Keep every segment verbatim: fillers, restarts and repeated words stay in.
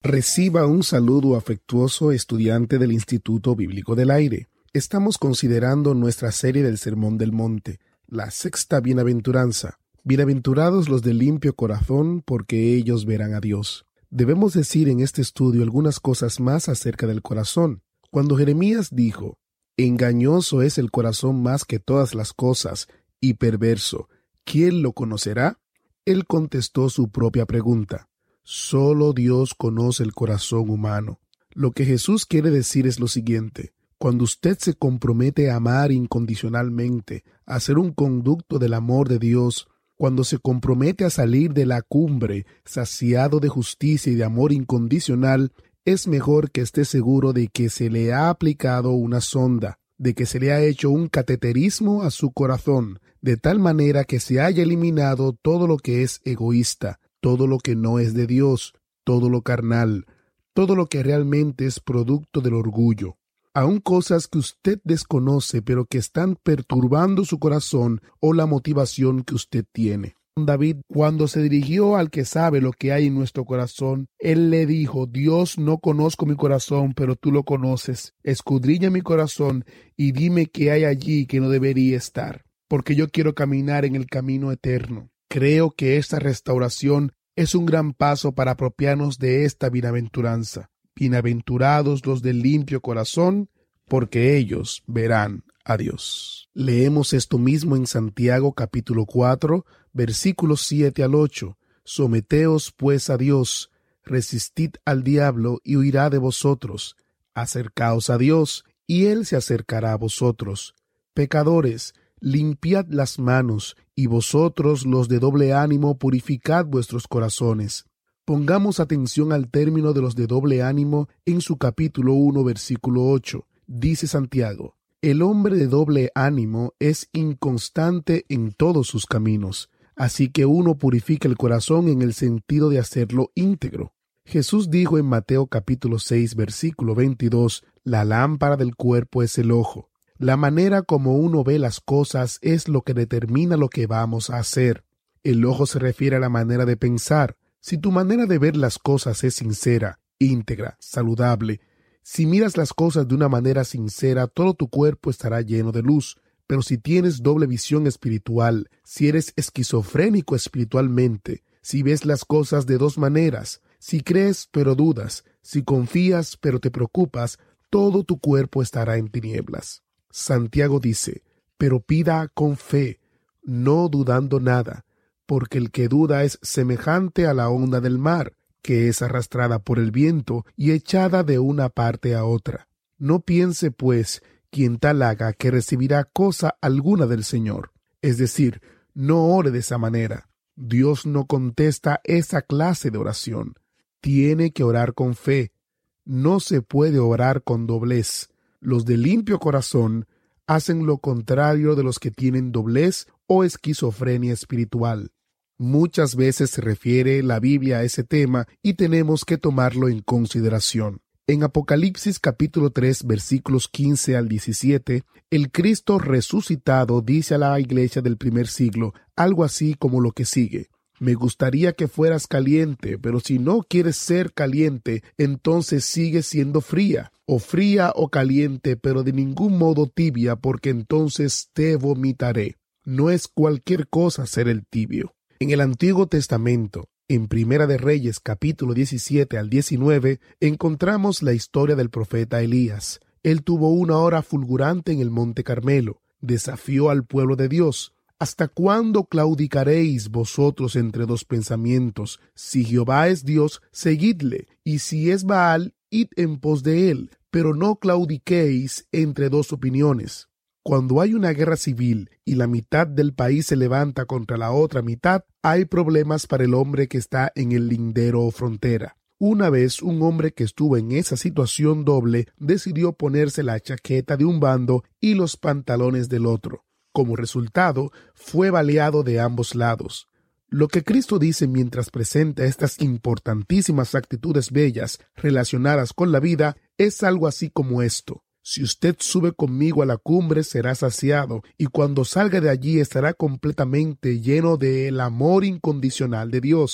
Reciba un saludo afectuoso, estudiante del Instituto Bíblico del Aire. Estamos considerando nuestra serie del Sermón del Monte, la sexta bienaventuranza. Bienaventurados los de limpio corazón, porque ellos verán a Dios. Debemos decir en este estudio algunas cosas más acerca del corazón. Cuando Jeremías dijo, «Engañoso es el corazón más que todas las cosas, y perverso, ¿quién lo conocerá?», él contestó su propia pregunta. Solo Dios conoce el corazón humano. Lo que Jesús quiere decir es lo siguiente. Cuando usted se compromete a amar incondicionalmente, a ser un conducto del amor de Dios, cuando se compromete a salir de la cumbre, saciado de justicia y de amor incondicional, es mejor que esté seguro de que se le ha aplicado una sonda, de que se le ha hecho un cateterismo a su corazón, de tal manera que se haya eliminado todo lo que es egoísta, todo lo que no es de Dios, todo lo carnal, todo lo que realmente es producto del orgullo. Aún cosas que usted desconoce, pero que están perturbando su corazón o la motivación que usted tiene. David, cuando se dirigió al que sabe lo que hay en nuestro corazón, él le dijo, Dios, no conozco mi corazón, pero tú lo conoces. Escudriña mi corazón y dime qué hay allí que no debería estar, porque yo quiero caminar en el camino eterno. Creo que esta restauración es un gran paso para apropiarnos de esta bienaventuranza. Bienaventurados los de limpio corazón, porque ellos verán a Dios. Leemos esto mismo en Santiago capítulo cuatro, versículos siete al ocho. Someteos pues a Dios, resistid al diablo y huirá de vosotros. Acercaos a Dios, y él se acercará a vosotros. Pecadores, limpiad las manos, y vosotros los de doble ánimo purificad vuestros corazones. Pongamos atención al término de los de doble ánimo en su capítulo uno, versículo ocho. Dice Santiago, el hombre de doble ánimo es inconstante en todos sus caminos, así que uno purifica el corazón en el sentido de hacerlo íntegro. Jesús dijo en Mateo capítulo seis, versículo veintidós, la lámpara del cuerpo es el ojo. La manera como uno ve las cosas es lo que determina lo que vamos a hacer. El ojo se refiere a la manera de pensar. Si tu manera de ver las cosas es sincera, íntegra, saludable, si miras las cosas de una manera sincera, todo tu cuerpo estará lleno de luz. Pero si tienes doble visión espiritual, si eres esquizofrénico espiritualmente, si ves las cosas de dos maneras, si crees pero dudas, si confías pero te preocupas, todo tu cuerpo estará en tinieblas. Santiago dice, pero pida con fe, no dudando nada, porque el que duda es semejante a la onda del mar, que es arrastrada por el viento y echada de una parte a otra. No piense, pues, quien tal haga que recibirá cosa alguna del Señor. Es decir, no ore de esa manera. Dios no contesta esa clase de oración. Tiene que orar con fe. No se puede orar con doblez. Los de limpio corazón hacen lo contrario de los que tienen doblez o esquizofrenia espiritual. Muchas veces se refiere la Biblia a ese tema y tenemos que tomarlo en consideración. En Apocalipsis capítulo tres, versículos quince al diecisiete, el Cristo resucitado dice a la iglesia del primer siglo algo así como lo que sigue. Me gustaría que fueras caliente, pero si no quieres ser caliente, entonces sigue siendo fría, o fría o caliente, pero de ningún modo tibia, porque entonces te vomitaré. No es cualquier cosa ser el tibio. En el Antiguo Testamento, en Primera de Reyes, capítulo diecisiete al diecinueve, encontramos la historia del profeta Elías. Él tuvo una hora fulgurante en el Monte Carmelo, desafió al pueblo de Dios. ¿Hasta cuándo claudicaréis vosotros entre dos pensamientos? Si Jehová es Dios, seguidle, y si es Baal, id en pos de él, pero no claudiquéis entre dos opiniones. Cuando hay una guerra civil y la mitad del país se levanta contra la otra mitad, hay problemas para el hombre que está en el lindero o frontera. Una vez un hombre que estuvo en esa situación doble decidió ponerse la chaqueta de un bando y los pantalones del otro. Como resultado, fue baleado de ambos lados. Lo que Cristo dice mientras presenta estas importantísimas actitudes bellas relacionadas con la vida es algo así como esto. Si usted sube conmigo a la cumbre, será saciado, y cuando salga de allí estará completamente lleno del amor incondicional de Dios.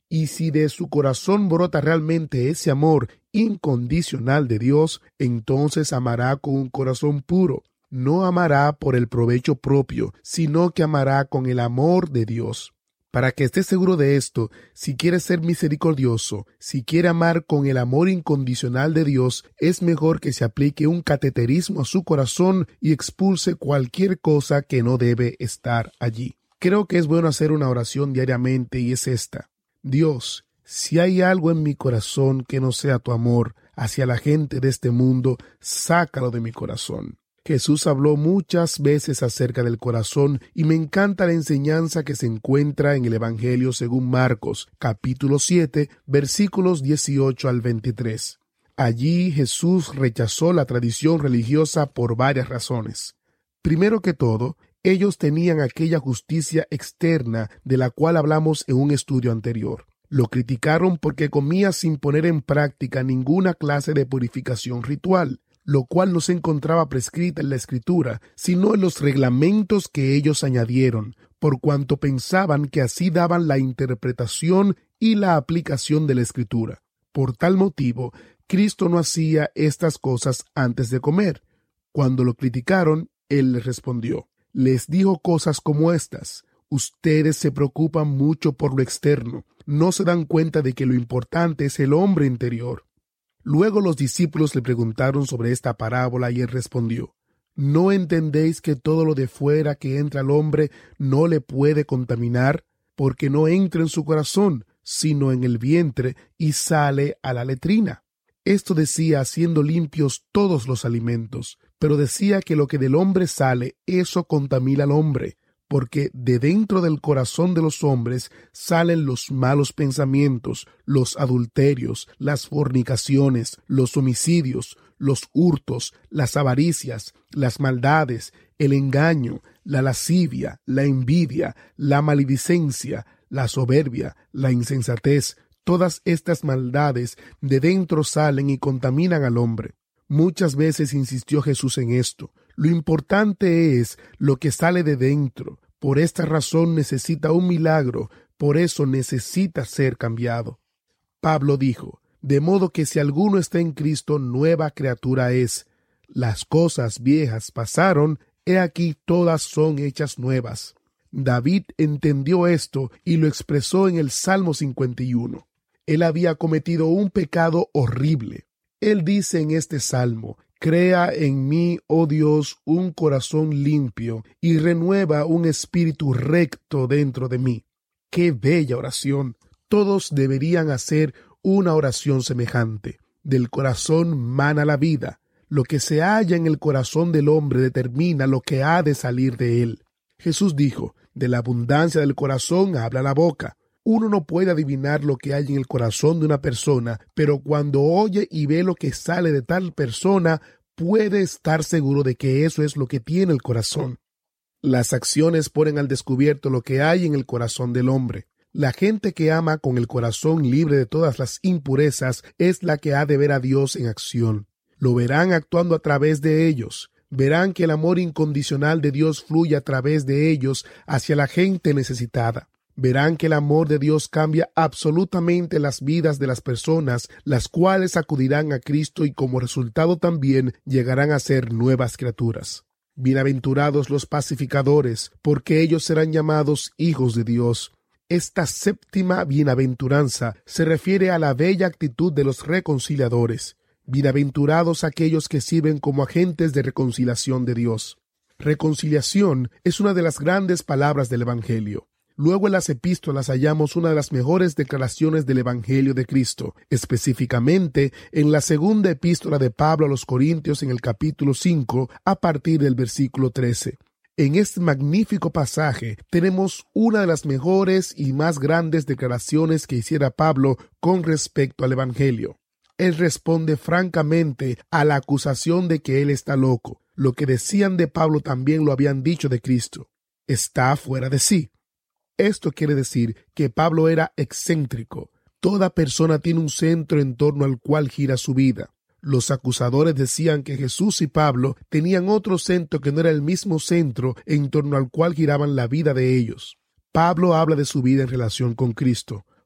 Y si de su corazón brota realmente ese amor incondicional de Dios, entonces amará con un corazón puro. No amará por el provecho propio, sino que amará con el amor de Dios. Para que esté seguro de esto, si quiere ser misericordioso, si quiere amar con el amor incondicional de Dios, es mejor que se aplique un cateterismo a su corazón y expulse cualquier cosa que no debe estar allí. Creo que es bueno hacer una oración diariamente y es esta: Dios, si hay algo en mi corazón que no sea tu amor hacia la gente de este mundo, sácalo de mi corazón. Jesús habló muchas veces acerca del corazón y me encanta la enseñanza que se encuentra en el Evangelio según Marcos, capítulo siete, versículos dieciocho al veintitrés. Allí Jesús rechazó la tradición religiosa por varias razones. Primero que todo, ellos tenían aquella justicia externa de la cual hablamos en un estudio anterior. Lo criticaron porque comía sin poner en práctica ninguna clase de purificación ritual, lo cual no se encontraba prescrita en la Escritura, sino en los reglamentos que ellos añadieron, por cuanto pensaban que así daban la interpretación y la aplicación de la Escritura. Por tal motivo, Cristo no hacía estas cosas antes de comer. Cuando lo criticaron, Él les respondió. Les dijo cosas como estas: ustedes se preocupan mucho por lo externo, no se dan cuenta de que lo importante es el hombre interior. Luego los discípulos le preguntaron sobre esta parábola y él respondió: ¿no entendéis que todo lo de fuera que entra al hombre no le puede contaminar? Porque no entra en su corazón, sino en el vientre y sale a la letrina. Esto decía haciendo limpios todos los alimentos, pero decía que lo que del hombre sale, eso contamina al hombre, porque de dentro del corazón de los hombres salen los malos pensamientos, los adulterios, las fornicaciones, los homicidios, los hurtos, las avaricias, las maldades, el engaño, la lascivia, la envidia, la maledicencia, la soberbia, la insensatez. Todas estas maldades de dentro salen y contaminan al hombre. Muchas veces insistió Jesús en esto. Lo importante es lo que sale de dentro. Por esta razón necesita un milagro, por eso necesita ser cambiado. Pablo dijo: de modo que si alguno está en Cristo, nueva criatura es. Las cosas viejas pasaron, he aquí todas son hechas nuevas. David entendió esto y lo expresó en el Salmo cincuenta y uno. Él había cometido un pecado horrible. Él dice en este salmo: crea en mí, oh Dios, un corazón limpio y renueva un espíritu recto dentro de mí. ¡Qué bella oración! Todos deberían hacer una oración semejante. Del corazón mana la vida. Lo que se halla en el corazón del hombre determina lo que ha de salir de él. Jesús dijo: de la abundancia del corazón habla la boca. Uno no puede adivinar lo que hay en el corazón de una persona, pero cuando oye y ve lo que sale de tal persona, puede estar seguro de que eso es lo que tiene el corazón. Las acciones ponen al descubierto lo que hay en el corazón del hombre. La gente que ama con el corazón libre de todas las impurezas es la que ha de ver a Dios en acción. Lo verán actuando a través de ellos. Verán que el amor incondicional de Dios fluye a través de ellos hacia la gente necesitada. Verán que el amor de Dios cambia absolutamente las vidas de las personas, las cuales acudirán a Cristo y como resultado también llegarán a ser nuevas criaturas. Bienaventurados los pacificadores, porque ellos serán llamados hijos de Dios. Esta séptima bienaventuranza se refiere a la bella actitud de los reconciliadores. Bienaventurados aquellos que sirven como agentes de reconciliación de Dios. Reconciliación es una de las grandes palabras del Evangelio. Luego en las epístolas hallamos una de las mejores declaraciones del Evangelio de Cristo, específicamente en la segunda epístola de Pablo a los Corintios en el capítulo cinco, a partir del versículo trece. En este magnífico pasaje tenemos una de las mejores y más grandes declaraciones que hiciera Pablo con respecto al Evangelio. Él responde francamente a la acusación de que él está loco. Lo que decían de Pablo también lo habían dicho de Cristo. Está fuera de sí. Esto quiere decir que Pablo era excéntrico. Toda persona tiene un centro en torno al cual gira su vida. Los acusadores decían que Jesús y Pablo tenían otro centro que no era el mismo centro en torno al cual giraban la vida de ellos. Pablo habla de su vida en relación con Cristo.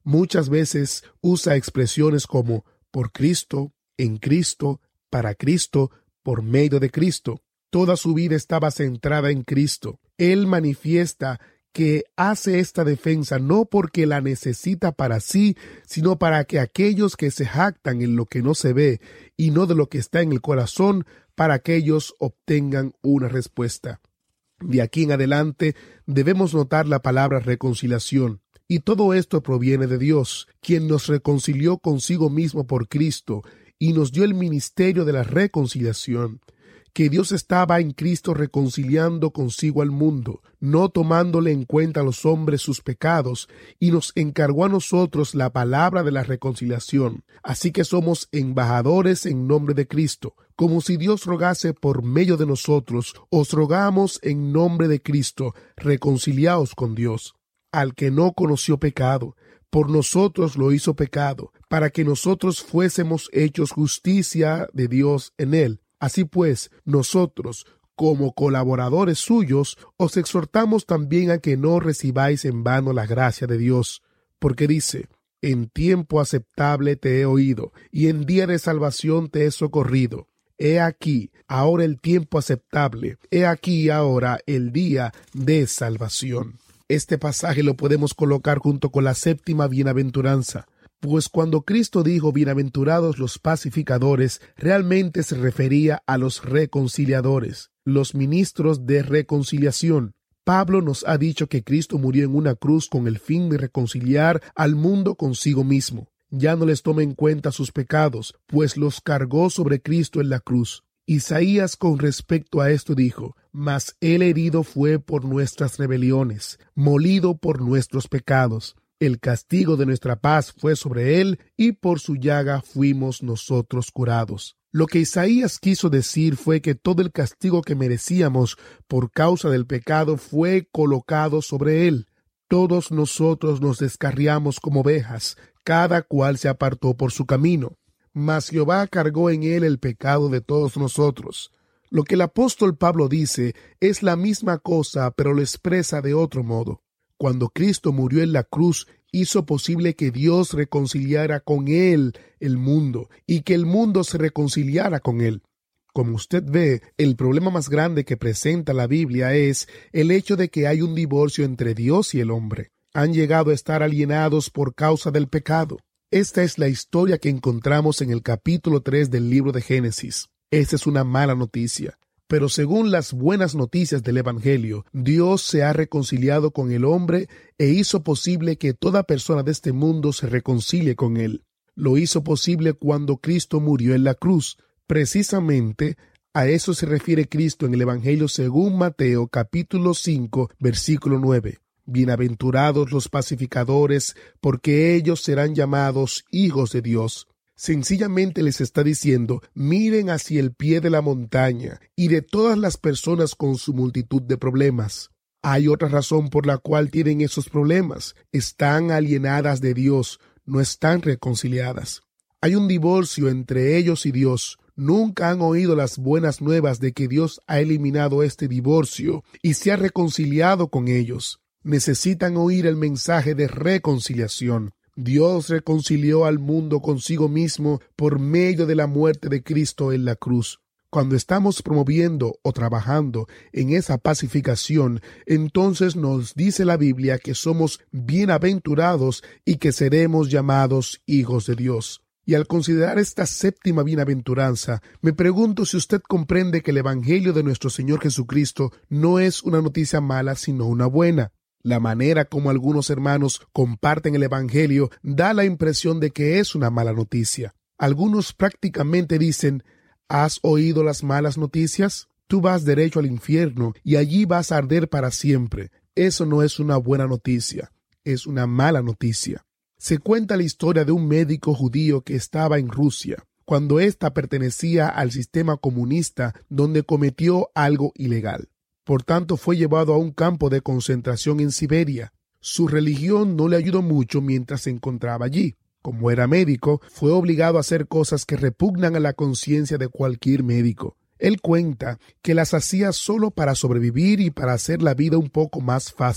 Muchas veces usa expresiones como por Cristo, en Cristo, para Cristo, por medio de Cristo. Toda su vida estaba centrada en Cristo. Él manifiesta que hace esta defensa no porque la necesita para sí, sino para que aquellos que se jactan en lo que no se ve y no de lo que está en el corazón, para que ellos obtengan una respuesta. De aquí en adelante debemos notar la palabra reconciliación. Y todo esto proviene de Dios, quien nos reconcilió consigo mismo por Cristo y nos dio el ministerio de la reconciliación. Que Dios estaba en Cristo reconciliando consigo al mundo, no tomándole en cuenta a los hombres sus pecados, y nos encargó a nosotros la palabra de la reconciliación. Así que somos embajadores en nombre de Cristo. Como si Dios rogase por medio de nosotros, os rogamos en nombre de Cristo, reconciliaos con Dios. Al que no conoció pecado, por nosotros lo hizo pecado, para que nosotros fuésemos hechos justicia de Dios en él. Así pues, nosotros, como colaboradores suyos, os exhortamos también a que no recibáis en vano la gracia de Dios, porque dice, en tiempo aceptable te he oído, y en día de salvación te he socorrido. He aquí ahora el tiempo aceptable, he aquí ahora el día de salvación. Este pasaje lo podemos colocar junto con la séptima bienaventuranza. Pues cuando Cristo dijo bienaventurados los pacificadores, realmente se refería a los reconciliadores, los ministros de reconciliación. Pablo nos ha dicho que Cristo murió en una cruz con el fin de reconciliar al mundo consigo mismo. Ya no les toma en cuenta sus pecados, pues los cargó sobre Cristo en la cruz. Isaías con respecto a esto dijo, mas él herido fue por nuestras rebeliones, molido por nuestros pecados. El castigo de nuestra paz fue sobre él, y por su llaga fuimos nosotros curados. Lo que Isaías quiso decir fue que todo el castigo que merecíamos por causa del pecado fue colocado sobre él. Todos nosotros nos descarriamos como ovejas, cada cual se apartó por su camino. Mas Jehová cargó en él el pecado de todos nosotros. Lo que el apóstol Pablo dice es la misma cosa, pero lo expresa de otro modo. Cuando Cristo murió en la cruz, hizo posible que Dios reconciliara con él el mundo y que el mundo se reconciliara con él. Como usted ve, el problema más grande que presenta la Biblia es el hecho de que hay un divorcio entre Dios y el hombre. Han llegado a estar alienados por causa del pecado. Esta es la historia que encontramos en el capítulo tres del libro de Génesis. Esta es una mala noticia. Pero según las buenas noticias del Evangelio, Dios se ha reconciliado con el hombre e hizo posible que toda persona de este mundo se reconcilie con él. Lo hizo posible cuando Cristo murió en la cruz. Precisamente a eso se refiere Cristo en el Evangelio según Mateo capítulo cinco, versículo nueve. Bienaventurados los pacificadores, porque ellos serán llamados hijos de Dios. Sencillamente les está diciendo, miren hacia el pie de la montaña y de todas las personas con su multitud de problemas. Hay otra razón por la cual tienen esos problemas. Están alienadas de Dios, no están reconciliadas. Hay un divorcio entre ellos y Dios. Nunca han oído las buenas nuevas de que Dios ha eliminado este divorcio y se ha reconciliado con ellos. Necesitan oír el mensaje de reconciliación. Dios reconcilió al mundo consigo mismo por medio de la muerte de Cristo en la cruz. Cuando estamos promoviendo o trabajando en esa pacificación, entonces nos dice la Biblia que somos bienaventurados y que seremos llamados hijos de Dios. Y al considerar esta séptima bienaventuranza, me pregunto si usted comprende que el Evangelio de nuestro Señor Jesucristo no es una noticia mala, sino una buena. La manera como algunos hermanos comparten el Evangelio da la impresión de que es una mala noticia. Algunos prácticamente dicen, ¿has oído las malas noticias? Tú vas derecho al infierno y allí vas a arder para siempre. Eso no es una buena noticia, es una mala noticia. Se cuenta la historia de un médico judío que estaba en Rusia, cuando ésta pertenecía al sistema comunista donde cometió algo ilegal. Por tanto, fue llevado a un campo de concentración en Siberia. Su religión no le ayudó mucho mientras se encontraba allí. Como era médico, fue obligado a hacer cosas que repugnan a la conciencia de cualquier médico. Él cuenta que las hacía solo para sobrevivir y para hacer la vida un poco más fácil.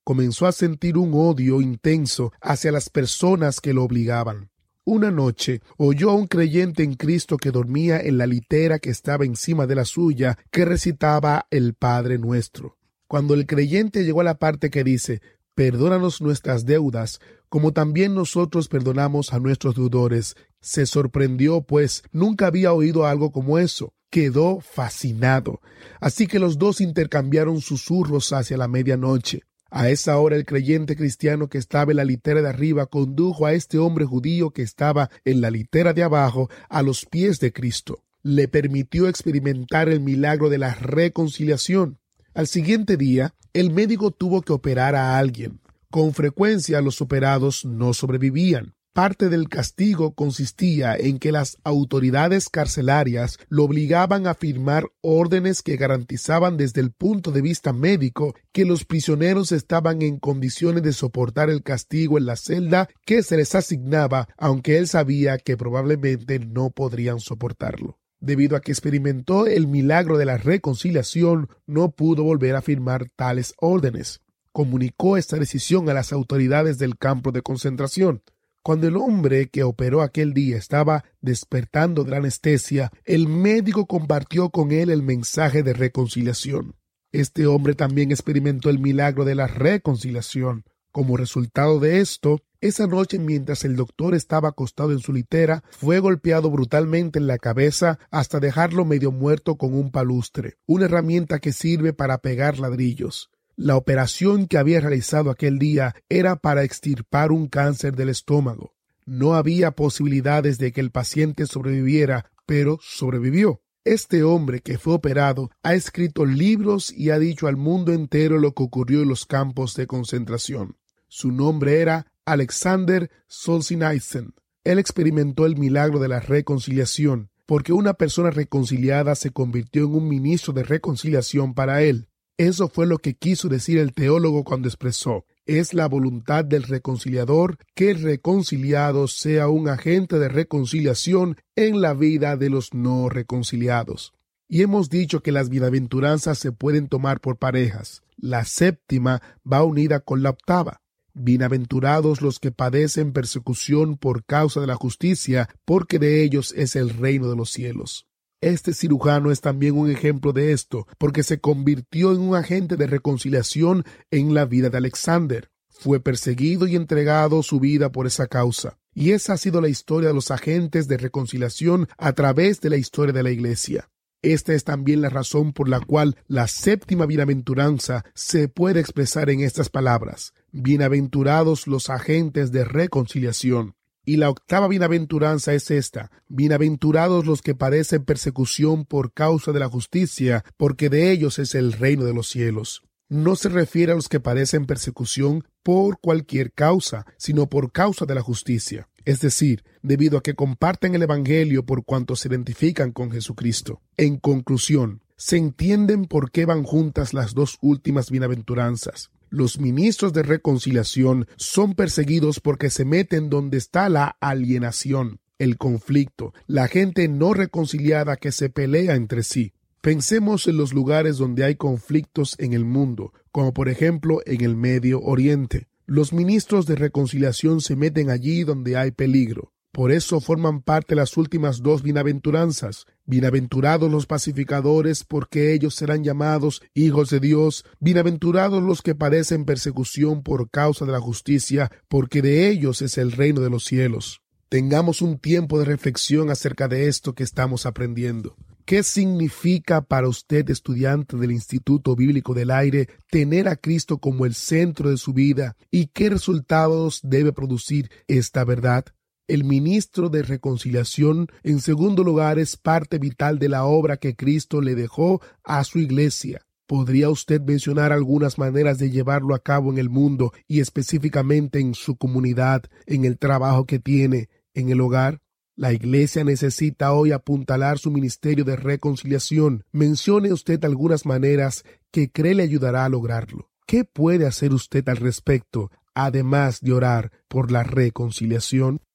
comenzó a sentir un odio intenso hacia las personas que lo obligaban. Una noche oyó a un creyente en Cristo que dormía en la litera que estaba encima de la suya, que recitaba el Padre Nuestro. Cuando el creyente llegó a la parte que dice, perdónanos nuestras deudas, como también nosotros perdonamos a nuestros deudores, se sorprendió, pues nunca había oído algo como eso. Quedó fascinado. Así que los dos intercambiaron susurros hacia la medianoche. A esa hora el creyente cristiano que estaba en la litera de arriba condujo a este hombre judío que estaba en la litera de abajo a los pies de Cristo. Le permitió experimentar el milagro de la reconciliación. Al siguiente día, el médico tuvo que operar a alguien. Con frecuencia los operados no sobrevivían. Parte del castigo consistía en que las autoridades carcelarias lo obligaban a firmar órdenes que garantizaban desde el punto de vista médico que los prisioneros estaban en condiciones de soportar el castigo en la celda que se les asignaba, aunque él sabía que probablemente no podrían soportarlo. Debido a que experimentó el milagro de la reconciliación, no pudo volver a firmar tales órdenes. Comunicó esta decisión a las autoridades del campo de concentración. Cuando el hombre que operó aquel día estaba despertando de la anestesia, el médico compartió con él el mensaje de reconciliación. Este hombre también experimentó el milagro de la reconciliación. Como resultado de esto, esa noche mientras el doctor estaba acostado en su litera, fue golpeado brutalmente en la cabeza hasta dejarlo medio muerto con un palustre, una herramienta que sirve para pegar ladrillos. La operación que había realizado aquel día era para extirpar un cáncer del estómago. No había posibilidades de que el paciente sobreviviera, pero sobrevivió. Este hombre que fue operado ha escrito libros y ha dicho al mundo entero lo que ocurrió en los campos de concentración. Su nombre era Alexander Solzhenitsyn. Él experimentó el milagro de la reconciliación, porque una persona reconciliada se convirtió en un ministro de reconciliación para él. Eso fue lo que quiso decir el teólogo cuando expresó: es la voluntad del reconciliador que el reconciliado sea un agente de reconciliación en la vida de los no reconciliados. Y hemos dicho que las bienaventuranzas se pueden tomar por parejas. La séptima va unida con la octava. Bienaventurados los que padecen persecución por causa de la justicia, porque de ellos es el reino de los cielos. Este cirujano es también un ejemplo de esto, porque se convirtió en un agente de reconciliación en la vida de Alexander. Fue perseguido y entregado su vida por esa causa. Y esa ha sido la historia de los agentes de reconciliación a través de la historia de la Iglesia. Esta es también la razón por la cual la séptima bienaventuranza se puede expresar en estas palabras: bienaventurados los agentes de reconciliación. Y la octava bienaventuranza es esta: bienaventurados los que padecen persecución por causa de la justicia, porque de ellos es el reino de los cielos. No se refiere a los que padecen persecución por cualquier causa, sino por causa de la justicia, es decir, debido a que comparten el Evangelio por cuanto se identifican con Jesucristo. En conclusión, se entienden por qué van juntas las dos últimas bienaventuranzas. Los ministros de reconciliación son perseguidos porque se meten donde está la alienación, el conflicto, la gente no reconciliada que se pelea entre sí. Pensemos en los lugares donde hay conflictos en el mundo, como por ejemplo en el Medio Oriente. Los ministros de reconciliación se meten allí donde hay peligro. Por eso forman parte las últimas dos bienaventuranzas. Bienaventurados los pacificadores, porque ellos serán llamados hijos de Dios. Bienaventurados los que padecen persecución por causa de la justicia, porque de ellos es el reino de los cielos. Tengamos un tiempo de reflexión acerca de esto que estamos aprendiendo. ¿Qué significa para usted, estudiante del Instituto Bíblico del Aire, tener a Cristo como el centro de su vida? ¿Y qué resultados debe producir esta verdad? El ministro de reconciliación, en segundo lugar, es parte vital de la obra que Cristo le dejó a su iglesia. ¿Podría usted mencionar algunas maneras de llevarlo a cabo en el mundo y específicamente en su comunidad, en el trabajo que tiene, en el hogar? La iglesia necesita hoy apuntalar su ministerio de reconciliación. Mencione usted algunas maneras que cree le ayudará a lograrlo. ¿Qué puede hacer usted al respecto, además de orar por la reconciliación?